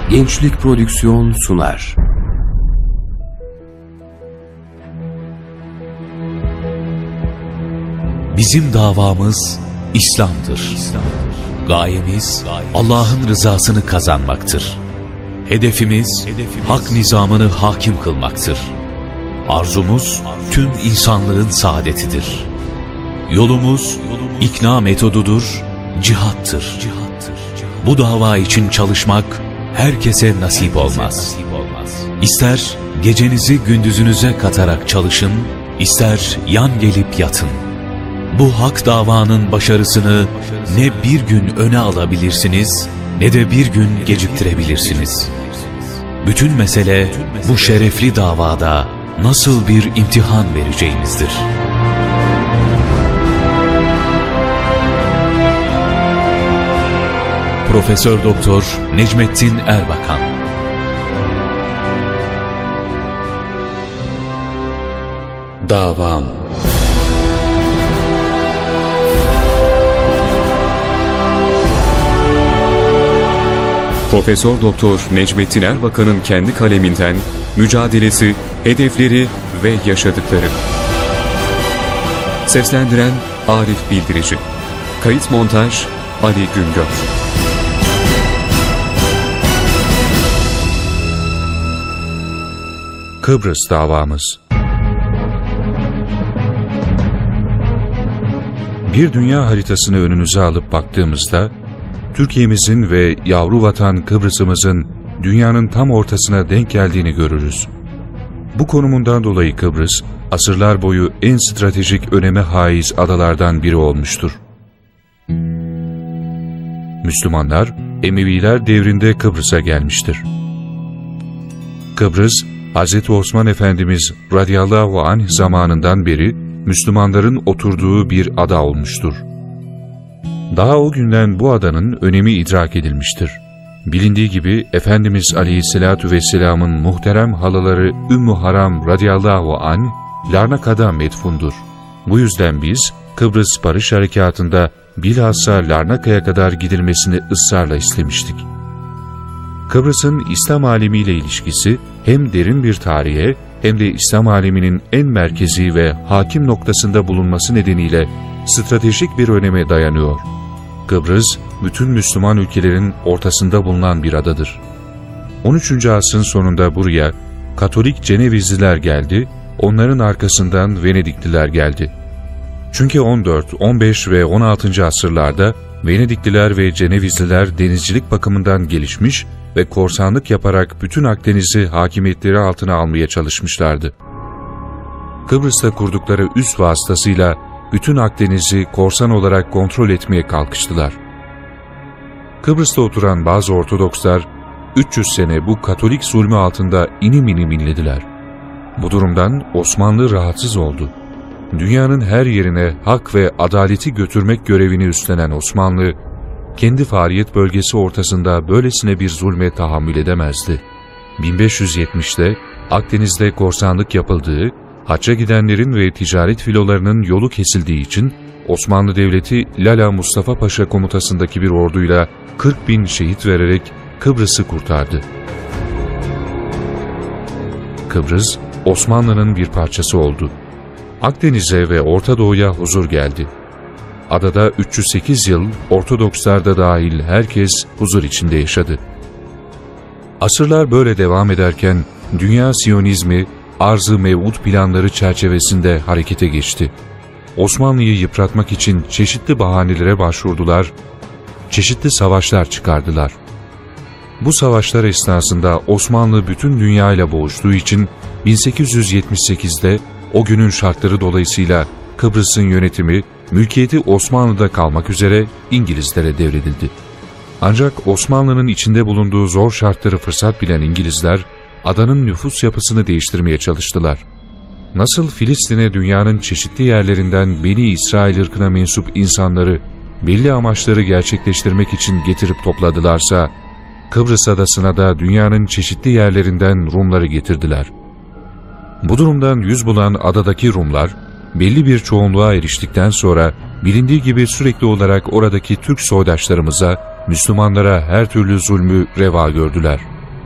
Gençlik Prodüksiyon sunar. Bizim davamız İslam'dır. Gayemiz Allah'ın rızasını kazanmaktır. Hedefimiz hak nizamını hakim kılmaktır. Arzumuz tüm insanlığın saadetidir. Yolumuz ikna metodudur, cihattır. Bu dava için çalışmak herkese nasip olmaz. İster gecenizi gündüzünüze katarak çalışın, ister yan gelip yatın. Bu hak davanın başarısını ne bir gün öne alabilirsiniz, ne de bir gün geciktirebilirsiniz. Bütün mesele bu şerefli davada nasıl bir imtihan vereceğinizdir. Profesör Doktor Necmettin Erbakan. Davam. Profesör Doktor Necmettin Erbakan'ın kendi kaleminden mücadelesi, hedefleri ve yaşadıkları. Seslendiren Arif Bildirici. Kayıt montaj Ali Güngör. Kıbrıs davamız. Bir dünya haritasını önünüze alıp baktığımızda, Türkiye'mizin ve yavru vatan Kıbrıs'ımızın dünyanın tam ortasına denk geldiğini görürüz. Bu konumundan dolayı Kıbrıs, asırlar boyu en stratejik öneme haiz adalardan biri olmuştur. Müslümanlar, Emeviler devrinde Kıbrıs'a gelmiştir. Kıbrıs, Hz. Osman Efendimiz radıyallahu anh zamanından beri Müslümanların oturduğu bir ada olmuştur. Daha o günden bu adanın önemi idrak edilmiştir. Bilindiği gibi Efendimiz Aleyhisselatü Vesselam'ın muhterem halaları Ümmü Haram radıyallahu anh, Larnaka'da medfundur. Bu yüzden biz Kıbrıs Barış Harekatı'nda bilhassa Larnaka'ya kadar gidilmesini ısrarla istemiştik. Kıbrıs'ın İslam alemiyle ilişkisi hem derin bir tarihe hem de İslam aleminin en merkezi ve hakim noktasında bulunması nedeniyle stratejik bir öneme dayanıyor. Kıbrıs, bütün Müslüman ülkelerin ortasında bulunan bir adadır. 13. asrın sonunda buraya Katolik Cenevizliler geldi, onların arkasından Venedikliler geldi. Çünkü 14, 15 ve 16. asırlarda Venedikliler ve Cenevizliler denizcilik bakımından gelişmiş ve korsanlık yaparak bütün Akdeniz'i hakimiyetleri altına almaya çalışmışlardı. Kıbrıs'ta kurdukları üs vasıtasıyla bütün Akdeniz'i korsan olarak kontrol etmeye kalkıştılar. Kıbrıs'ta oturan bazı Ortodokslar 300 sene bu Katolik zulmü altında inim inim inlediler. Bu durumdan Osmanlı rahatsız oldu. Dünyanın her yerine hak ve adaleti götürmek görevini üstlenen Osmanlı, kendi faaliyet bölgesi ortasında böylesine bir zulme tahammül edemezdi. 1570'te Akdeniz'de korsanlık yapıldığı, hacca gidenlerin ve ticaret filolarının yolu kesildiği için Osmanlı Devleti Lala Mustafa Paşa komutasındaki bir orduyla 40.000 şehit vererek Kıbrıs'ı kurtardı. Kıbrıs, Osmanlı'nın bir parçası oldu. Akdeniz'e ve Orta Doğu'ya huzur geldi. Adada 308 yıl Ortodokslar da dahil herkes huzur içinde yaşadı. Asırlar böyle devam ederken dünya Siyonizmi, arz-ı mev'ud planları çerçevesinde harekete geçti. Osmanlı'yı yıpratmak için çeşitli bahanelere başvurdular, çeşitli savaşlar çıkardılar. Bu savaşlar esnasında Osmanlı bütün dünyayla boğuştuğu için 1878'de o günün şartları dolayısıyla Kıbrıs'ın yönetimi, mülkiyeti Osmanlı'da kalmak üzere İngilizlere devredildi. Ancak Osmanlı'nın içinde bulunduğu zor şartları fırsat bilen İngilizler, adanın nüfus yapısını değiştirmeye çalıştılar. Nasıl Filistin'e dünyanın çeşitli yerlerinden Beni İsrail ırkına mensup insanları belli amaçları gerçekleştirmek için getirip topladılarsa, Kıbrıs adasına da dünyanın çeşitli yerlerinden Rumları getirdiler. Bu durumdan yüz bulan adadaki Rumlar, belli bir çoğunluğa eriştikten sonra bilindiği gibi sürekli olarak oradaki Türk soydaşlarımıza, Müslümanlara her türlü zulmü reva gördüler.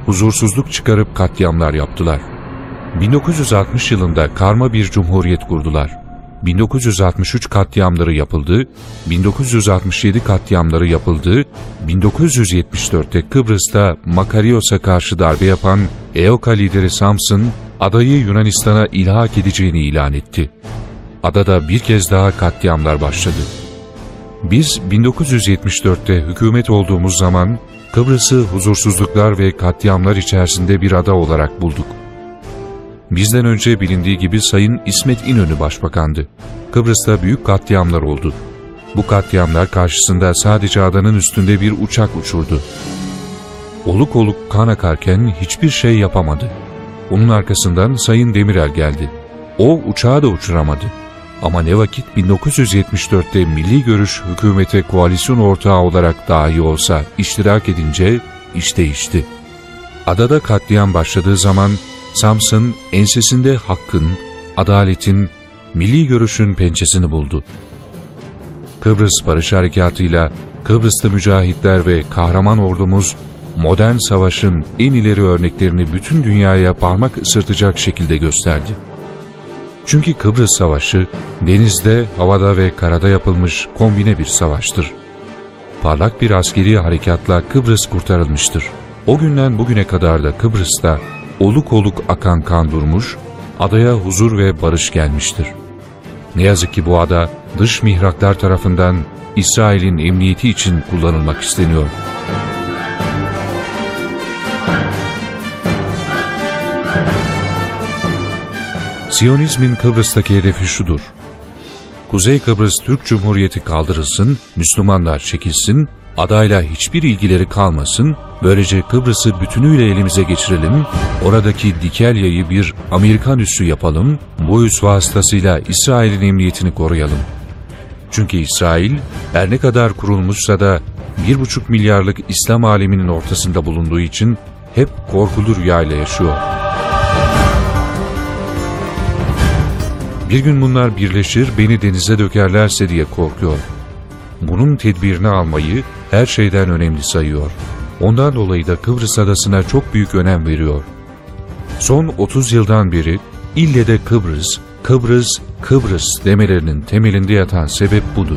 huzursuzluk çıkarıp katliamlar yaptılar. 1960 yılında karma bir cumhuriyet kurdular. 1963 katliamları yapıldı, 1967 katliamları yapıldı, 1974'te Kıbrıs'ta Makarios'a karşı darbe yapan EOKA lideri Samsun, adayı Yunanistan'a ilhak edeceğini ilan etti. Adada bir kez daha katliamlar başladı. Biz 1974'te hükümet olduğumuz zaman Kıbrıs'ı huzursuzluklar ve katliamlar içerisinde bir ada olarak bulduk. Bizden önce bilindiği gibi Sayın İsmet İnönü Başbakandı. Kıbrıs'ta büyük katliamlar oldu. Bu katliamlar karşısında sadece adanın üstünde bir uçak uçurdu. Oluk oluk kan akarken hiçbir şey yapamadı. Onun arkasından Sayın Demirel geldi. O uçağı da uçuramadı. Ama ne vakit 1974'te Milli Görüş hükümete koalisyon ortağı olarak dahi olsa iştirak edince iş değişti. Adada katliam başladığı zaman Samsun ensesinde hakkın, adaletin, milli görüşün pençesini buldu. Kıbrıs Barış Harekatı'yla Kıbrıs'ta mücahitler ve kahraman ordumuz modern savaşın en ileri örneklerini bütün dünyaya parmak ısırtacak şekilde gösterdi. Çünkü Kıbrıs Savaşı denizde, havada ve karada yapılmış kombine bir savaştır. Parlak bir askeri harekatla Kıbrıs kurtarılmıştır. O günden bugüne kadar da Kıbrıs'ta oluk oluk akan kan durmuş, adaya huzur ve barış gelmiştir. Ne yazık ki bu ada dış mihraklar tarafından İsrail'in emniyeti için kullanılmak isteniyor. Siyonizmin Kıbrıs'taki hedefi şudur: Kuzey Kıbrıs Türk Cumhuriyeti kaldırılsın, Müslümanlar çekilsin, adayla hiçbir ilgileri kalmasın, böylece Kıbrıs'ı bütünüyle elimize geçirelim, oradaki Dikelya'yı bir Amerikan üssü yapalım, bu üs vasıtasıyla İsrail'in emniyetini koruyalım. Çünkü İsrail her ne kadar kurulmuşsa da 1,5 milyarlık İslam aleminin ortasında bulunduğu için hep korkulu rüyayla yaşıyor. Bir gün bunlar birleşir, beni denize dökerlerse diye korkuyor. Bunun tedbirini almayı her şeyden önemli sayıyor. Ondan dolayı da Kıbrıs adasına çok büyük önem veriyor. Son 30 yıldan beri ille de Kıbrıs, Kıbrıs, Kıbrıs demelerinin temelinde yatan sebep budur.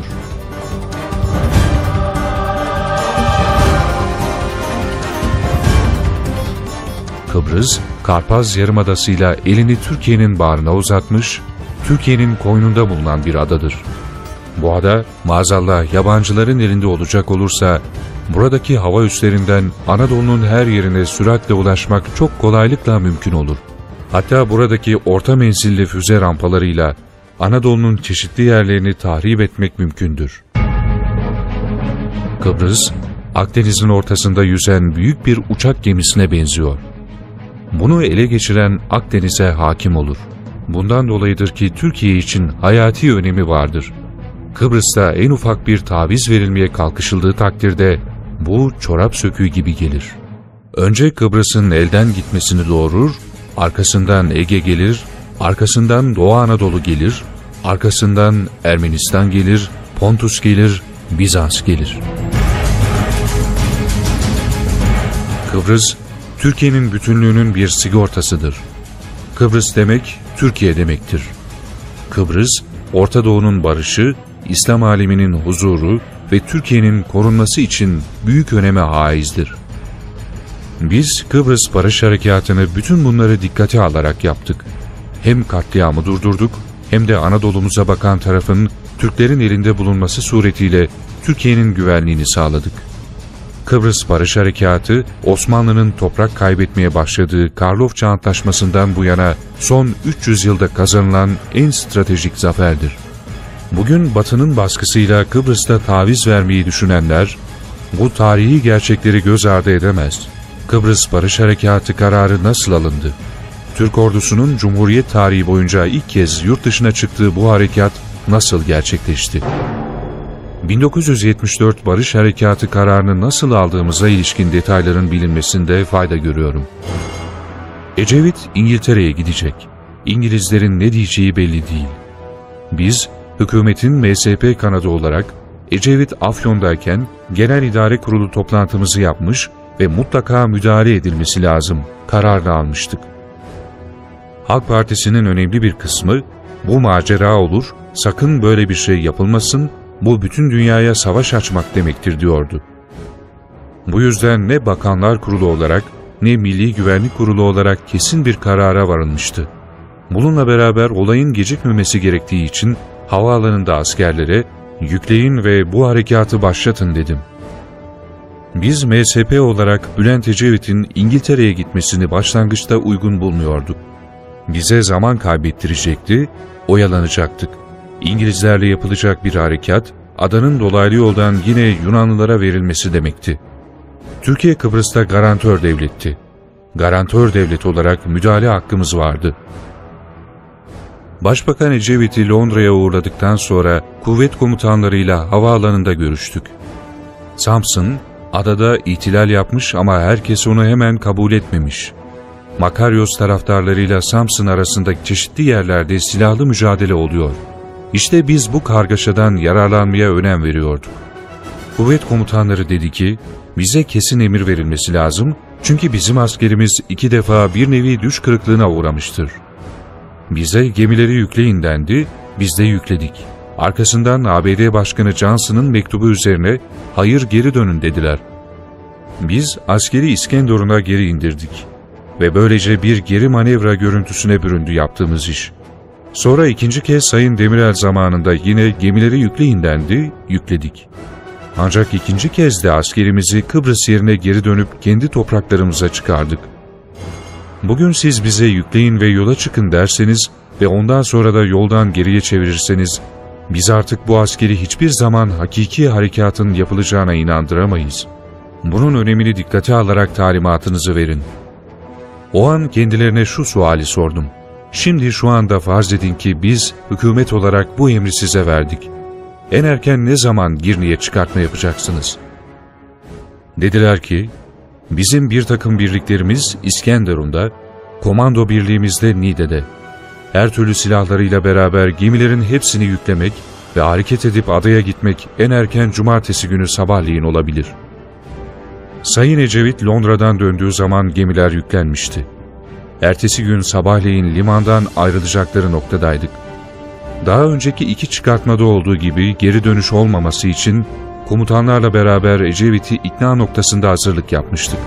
Kıbrıs, Karpaz Yarımadası'yla elini Türkiye'nin bağrına uzatmış, Türkiye'nin koynunda bulunan bir adadır. Bu ada, maazallah yabancıların elinde olacak olursa, buradaki hava üslerinden Anadolu'nun her yerine süratle ulaşmak çok kolaylıkla mümkün olur. Hatta buradaki orta menzilli füze rampalarıyla Anadolu'nun çeşitli yerlerini tahrip etmek mümkündür. Kıbrıs, Akdeniz'in ortasında yüzen büyük bir uçak gemisine benziyor. Bunu ele geçiren Akdeniz'e hakim olur. Bundan dolayıdır ki Türkiye için hayati önemi vardır. Kıbrıs'ta en ufak bir taviz verilmeye kalkışıldığı takdirde bu çorap söküğü gibi gelir. Önce Kıbrıs'ın elden gitmesini doğurur, arkasından Ege gelir, arkasından Doğu Anadolu gelir, arkasından Ermenistan gelir, Pontus gelir, Bizans gelir. Kıbrıs, Türkiye'nin bütünlüğünün bir sigortasıdır. Kıbrıs demek, Türkiye demektir. Kıbrıs, Orta Doğu'nun barışı, İslam aleminin huzuru ve Türkiye'nin korunması için büyük öneme haizdir. Biz Kıbrıs Barış Harekatı'nı bütün bunları dikkate alarak yaptık. Hem katliamı durdurduk, hem de Anadolu'muza bakan tarafın Türklerin elinde bulunması suretiyle Türkiye'nin güvenliğini sağladık. Kıbrıs Barış Harekatı, Osmanlı'nın toprak kaybetmeye başladığı Karlofça Antlaşması'ndan bu yana son 300 yılda kazanılan en stratejik zaferdir. Bugün Batı'nın baskısıyla Kıbrıs'ta taviz vermeyi düşünenler, bu tarihi gerçekleri göz ardı edemez. Kıbrıs Barış Harekatı kararı nasıl alındı? Türk ordusunun Cumhuriyet tarihi boyunca ilk kez yurt dışına çıktığı bu harekat nasıl gerçekleşti? 1974 Barış Harekatı kararını nasıl aldığımıza ilişkin detayların bilinmesinde fayda görüyorum. Ecevit İngiltere'ye gidecek. İngilizlerin ne diyeceği belli değil. Biz, hükümetin MSP kanadı olarak Ecevit Afyon'dayken Genel İdare Kurulu toplantımızı yapmış, ve mutlaka müdahale edilmesi lazım kararını almıştık. Halk Partisi'nin önemli bir kısmı, bu macera olur, sakın böyle bir şey yapılmasın, bu bütün dünyaya savaş açmak demektir diyordu. Bu yüzden ne Bakanlar Kurulu olarak ne Milli Güvenlik Kurulu olarak kesin bir karara varılmıştı. Bununla beraber olayın gecikmemesi gerektiği için havaalanında askerlere yükleyin ve bu harekatı başlatın dedim. Biz MSP olarak Bülent Ecevit'in İngiltere'ye gitmesini başlangıçta uygun bulmuyorduk. Bize zaman kaybettirecekti, oyalanacaktık. İngilizlerle yapılacak bir harekat, adanın dolaylı yoldan yine Yunanlılara verilmesi demekti. Türkiye Kıbrıs'ta garantör devletti. Garantör devlet olarak müdahale hakkımız vardı. Başbakan Ecevit'i Londra'ya uğurladıktan sonra kuvvet komutanlarıyla havaalanında görüştük. Samsun, adada ihtilal yapmış ama herkes onu hemen kabul etmemiş. Makaryos taraftarlarıyla Samsun arasında çeşitli yerlerde silahlı mücadele oluyor. İşte biz bu kargaşadan yararlanmaya önem veriyorduk. Kuvvet komutanları dedi ki, bize kesin emir verilmesi lazım çünkü bizim askerimiz 2 defa bir nevi düş kırıklığına uğramıştır. Bize gemileri yükleyin dendi, biz de yükledik. Arkasından ABD Başkanı Johnson'ın mektubu üzerine hayır geri dönün dediler. Biz askeri İskenderun'a geri indirdik ve böylece bir geri manevra görüntüsüne büründü yaptığımız iş. Sonra ikinci kez Sayın Demirel zamanında yine gemileri yükleyin dendi, yükledik. Ancak ikinci kez de askerimizi Kıbrıs yerine geri dönüp kendi topraklarımıza çıkardık. Bugün siz bize yükleyin ve yola çıkın derseniz ve ondan sonra da yoldan geriye çevirirseniz, biz artık bu askeri hiçbir zaman hakiki harekatın yapılacağına inandıramayız. Bunun önemini dikkate alarak talimatınızı verin. O an kendilerine şu suali sordum. Şimdi şu anda farz edin ki biz hükümet olarak bu emri size verdik. En erken ne zaman Girne'ye çıkartma yapacaksınız? Dediler ki, bizim bir takım birliklerimiz İskenderun'da, komando birliğimiz de Niğde'de. Her türlü silahlarıyla beraber gemilerin hepsini yüklemek ve hareket edip adaya gitmek en erken cumartesi günü sabahleyin olabilir. Sayın Ecevit Londra'dan döndüğü zaman gemiler yüklenmişti. Ertesi gün sabahleyin limandan ayrılacakları noktadaydık. Daha önceki 2 çıkartmada olduğu gibi geri dönüş olmaması için komutanlarla beraber Ecevit'i ikna noktasında hazırlık yapmıştık.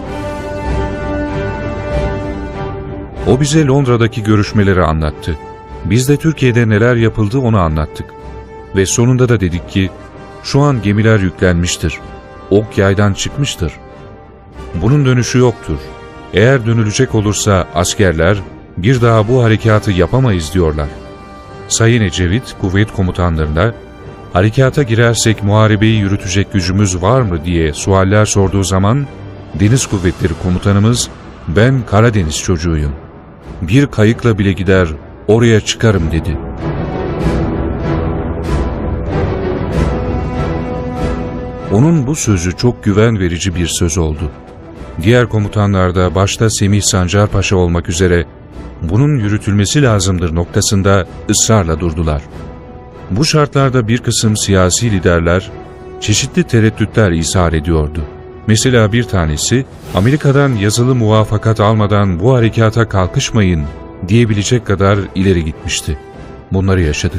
O bize Londra'daki görüşmeleri anlattı. Biz de Türkiye'de neler yapıldı onu anlattık. Ve sonunda da dedik ki, şu an gemiler yüklenmiştir. Ok yaydan çıkmıştır. Bunun dönüşü yoktur. Eğer dönülecek olursa askerler bir daha bu harekatı yapamayız diyorlar. Sayın Ecevit kuvvet komutanlarına harekata girersek muharebeyi yürütecek gücümüz var mı diye sualler sorduğu zaman Deniz Kuvvetleri Komutanımız ben Karadeniz çocuğuyum. Bir kayıkla bile gider oraya çıkarım dedi. Onun bu sözü çok güven verici bir söz oldu. Diğer komutanlar da başta Semih Sancar Paşa olmak üzere bunun yürütülmesi lazımdır noktasında ısrarla durdular. Bu şartlarda bir kısım siyasi liderler çeşitli tereddütler izhar ediyordu. Mesela bir tanesi Amerika'dan yazılı muvafakat almadan bu harekata kalkışmayın diyebilecek kadar ileri gitmişti. Bunları yaşadık.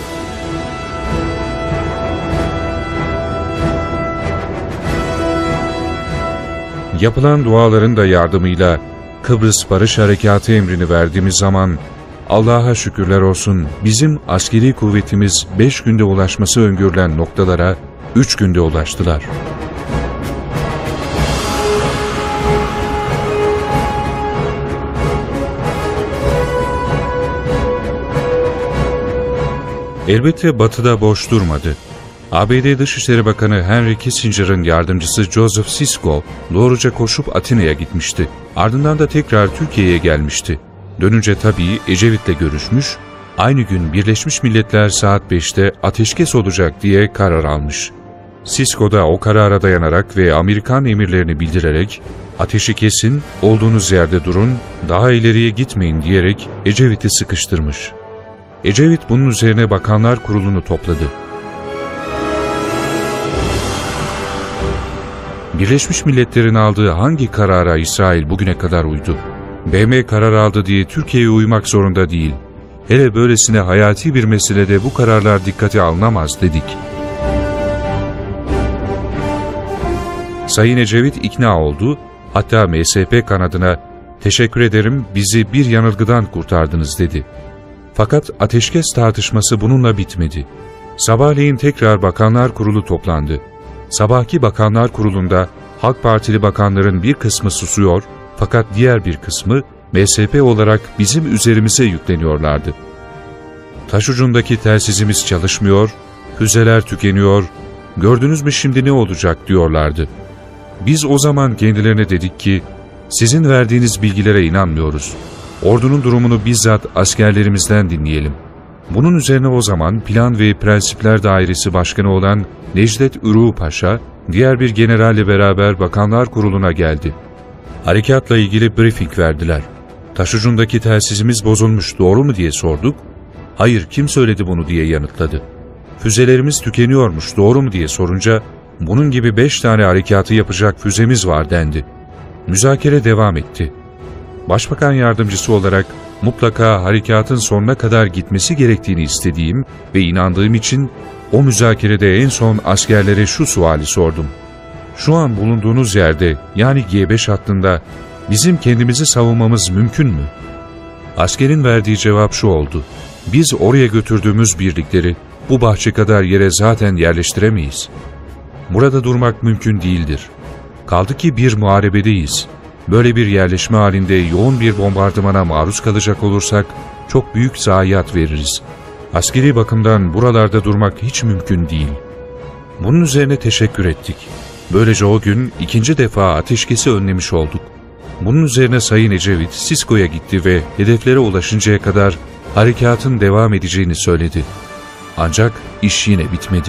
Yapılan duaların da yardımıyla Kıbrıs Barış Harekatı emrini verdiğimiz zaman Allah'a şükürler olsun bizim askeri kuvvetimiz 5 günde ulaşması öngörülen noktalara 3 günde ulaştılar. Elbette Batı'da boş durmadı. ABD Dışişleri Bakanı Henry Kissinger'ın yardımcısı Joseph Sisko doğruca koşup Atina'ya gitmişti. Ardından da tekrar Türkiye'ye gelmişti. Dönünce tabii Ecevit'le görüşmüş, aynı gün Birleşmiş Milletler saat 5'te ateşkes olacak diye karar almış. Sisko da o karara dayanarak ve Amerikan emirlerini bildirerek ateşi kesin, olduğunuz yerde durun, daha ileriye gitmeyin diyerek Ecevit'i sıkıştırmış. Ecevit bunun üzerine Bakanlar Kurulu'nu topladı. Birleşmiş Milletler'in aldığı hangi karara İsrail bugüne kadar uydu? BM karar aldı diye Türkiye'ye uymak zorunda değil. Hele böylesine hayati bir meselede bu kararlar dikkate alınamaz dedik. Sayın Ecevit ikna oldu, hatta MSP kanadına "Teşekkür ederim, bizi bir yanılgıdan kurtardınız" dedi. Fakat ateşkes tartışması bununla bitmedi. Sabahleyin tekrar Bakanlar Kurulu toplandı. Sabahki Bakanlar Kurulu'nda Halk Partili bakanların bir kısmı susuyor, fakat diğer bir kısmı MSP olarak bizim üzerimize yükleniyorlardı. Taşucundaki telsizimiz çalışmıyor, füzeler tükeniyor, gördünüz mü şimdi ne olacak diyorlardı. Biz o zaman kendilerine dedik ki, sizin verdiğiniz bilgilere inanmıyoruz. Ordunun durumunu bizzat askerlerimizden dinleyelim. Bunun üzerine o zaman Plan ve Prensipler Dairesi Başkanı olan Necdet Ürü Paşa, diğer bir generalle beraber Bakanlar Kurulu'na geldi. Harekatla ilgili briefing verdiler. Taşucundaki telsizimiz bozulmuş, doğru mu diye sorduk. Hayır, kim söyledi bunu diye yanıtladı. Füzelerimiz tükeniyormuş, doğru mu diye sorunca, bunun gibi 5 tane harekatı yapacak füzemiz var dendi. Müzakere devam etti. Başbakan yardımcısı olarak mutlaka harekatın sonuna kadar gitmesi gerektiğini istediğim ve inandığım için o müzakerede en son askerlere şu suali sordum. Şu an bulunduğunuz yerde, yani G5 hattında bizim kendimizi savunmamız mümkün mü? Askerin verdiği cevap şu oldu. Biz oraya götürdüğümüz birlikleri bu bahçe kadar yere zaten yerleştiremeyiz. Burada durmak mümkün değildir. Kaldı ki bir muharebedeyiz. Böyle bir yerleşme halinde yoğun bir bombardımana maruz kalacak olursak çok büyük zayiat veririz. Askeri bakımdan buralarda durmak hiç mümkün değil. Bunun üzerine teşekkür ettik. Böylece o gün 2. defa ateşkesi önlemiş olduk. Bunun üzerine Sayın Ecevit Sisko'ya gitti ve hedeflere ulaşıncaya kadar harekatın devam edeceğini söyledi. Ancak iş yine bitmedi.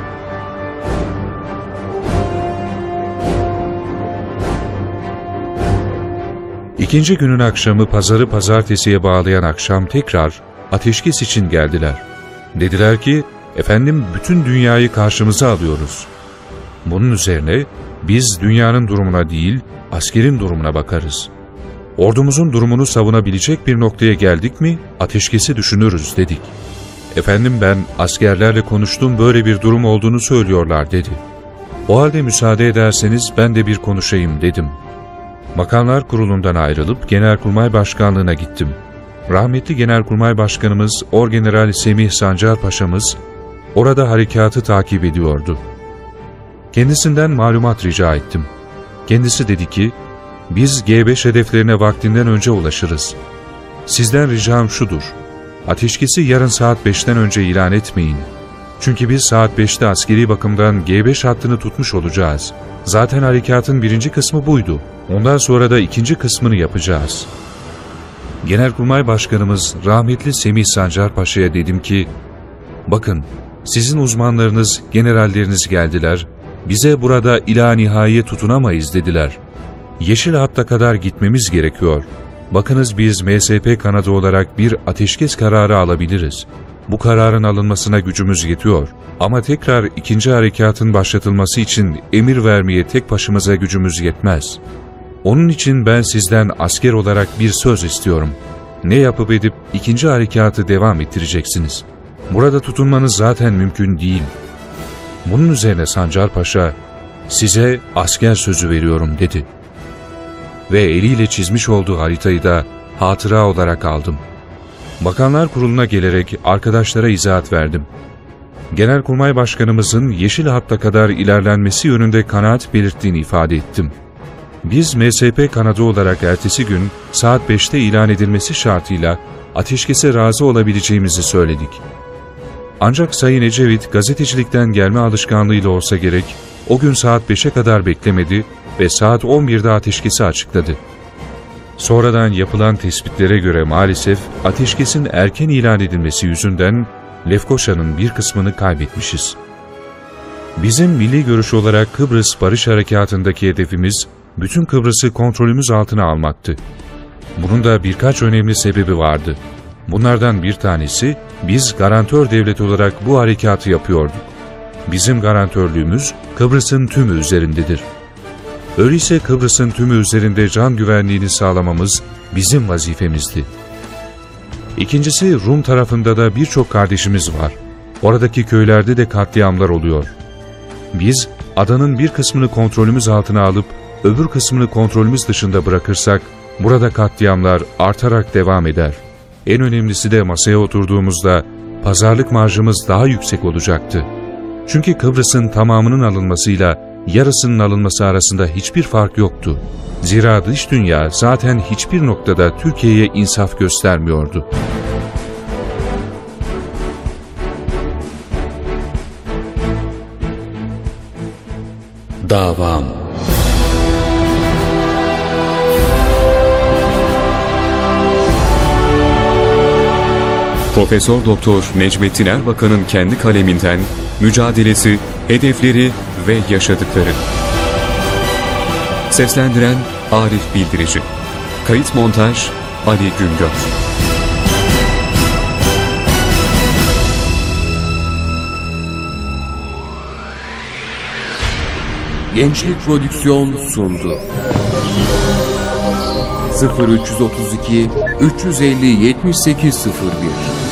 İkinci günün akşamı pazarı pazartesiye bağlayan akşam tekrar ateşkes için geldiler. Dediler ki, efendim bütün dünyayı karşımıza alıyoruz. Bunun üzerine biz dünyanın durumuna değil, askerin durumuna bakarız. Ordumuzun durumunu savunabilecek bir noktaya geldik mi, ateşkesi düşünürüz dedik. Efendim ben askerlerle konuştum, böyle bir durum olduğunu söylüyorlar dedi. O halde müsaade ederseniz ben de bir konuşayım dedim. Bakanlar Kurulu'ndan ayrılıp Genelkurmay Başkanlığı'na gittim. Rahmetli Genelkurmay Başkanımız Orgeneral Semih Sancar Paşa'mız orada harekatı takip ediyordu. Kendisinden malumat rica ettim. Kendisi dedi ki, biz G5 hedeflerine vaktinden önce ulaşırız. Sizden ricam şudur, ateşkesi yarın saat 5'ten önce ilan etmeyin. Çünkü biz saat 5'te askeri bakımdan G5 hattını tutmuş olacağız. Zaten harekatın birinci kısmı buydu. Ondan sonra da ikinci kısmını yapacağız. Genelkurmay Başkanımız rahmetli Semih Sancar Paşa'ya dedim ki, bakın sizin uzmanlarınız, generalleriniz geldiler, bize burada ila nihaiye tutunamayız dediler. Yeşil hatta kadar gitmemiz gerekiyor. Bakınız biz MSP kanadı olarak bir ateşkes kararı alabiliriz. Bu kararın alınmasına gücümüz yetiyor. Ama tekrar ikinci harekatın başlatılması için emir vermeye tek başımıza gücümüz yetmez. Onun için ben sizden asker olarak bir söz istiyorum. Ne yapıp edip ikinci harekatı devam ettireceksiniz. Burada tutunmanız zaten mümkün değil. Bunun üzerine Sancar Paşa, size asker sözü veriyorum dedi. Ve eliyle çizmiş olduğu haritayı da hatıra olarak aldım. Bakanlar Kurulu'na gelerek arkadaşlara izahat verdim. Genelkurmay Başkanımızın yeşil hatta kadar ilerlenmesi yönünde kanaat belirttiğini ifade ettim. Biz MSP kanadı olarak ertesi gün saat 5'te ilan edilmesi şartıyla ateşkese razı olabileceğimizi söyledik. Ancak Sayın Ecevit gazetecilikten gelme alışkanlığıyla olsa gerek o gün saat 5'e kadar beklemedi ve saat 11'de ateşkesi açıkladı. Sonradan yapılan tespitlere göre maalesef ateşkesin erken ilan edilmesi yüzünden Lefkoşa'nın bir kısmını kaybetmişiz. Bizim milli görüş olarak Kıbrıs Barış Harekatı'ndaki hedefimiz bütün Kıbrıs'ı kontrolümüz altına almaktı. Bunun da birkaç önemli sebebi vardı. Bunlardan bir tanesi biz garantör devlet olarak bu harekatı yapıyorduk. Bizim garantörlüğümüz Kıbrıs'ın tümü üzerindedir. Öyleyse Kıbrıs'ın tümü üzerinde can güvenliğini sağlamamız bizim vazifemizdi. İkincisi, Rum tarafında da birçok kardeşimiz var. Oradaki köylerde de katliamlar oluyor. Biz adanın bir kısmını kontrolümüz altına alıp öbür kısmını kontrolümüz dışında bırakırsak burada katliamlar artarak devam eder. En önemlisi de masaya oturduğumuzda pazarlık marjımız daha yüksek olacaktı. Çünkü Kıbrıs'ın tamamının alınmasıyla yarısının alınması arasında hiçbir fark yoktu. Zira dış dünya zaten hiçbir noktada Türkiye'ye insaf göstermiyordu. Davam. Profesör Doktor Necmettin Erbakan'ın kendi kaleminden mücadelesi, hedefleri ve yaşadıkları. Seslendiren Arif Bildirici. Kayıt montaj Ali Güngör. Gençlik Prodüksiyon sundu. 0332 350 7801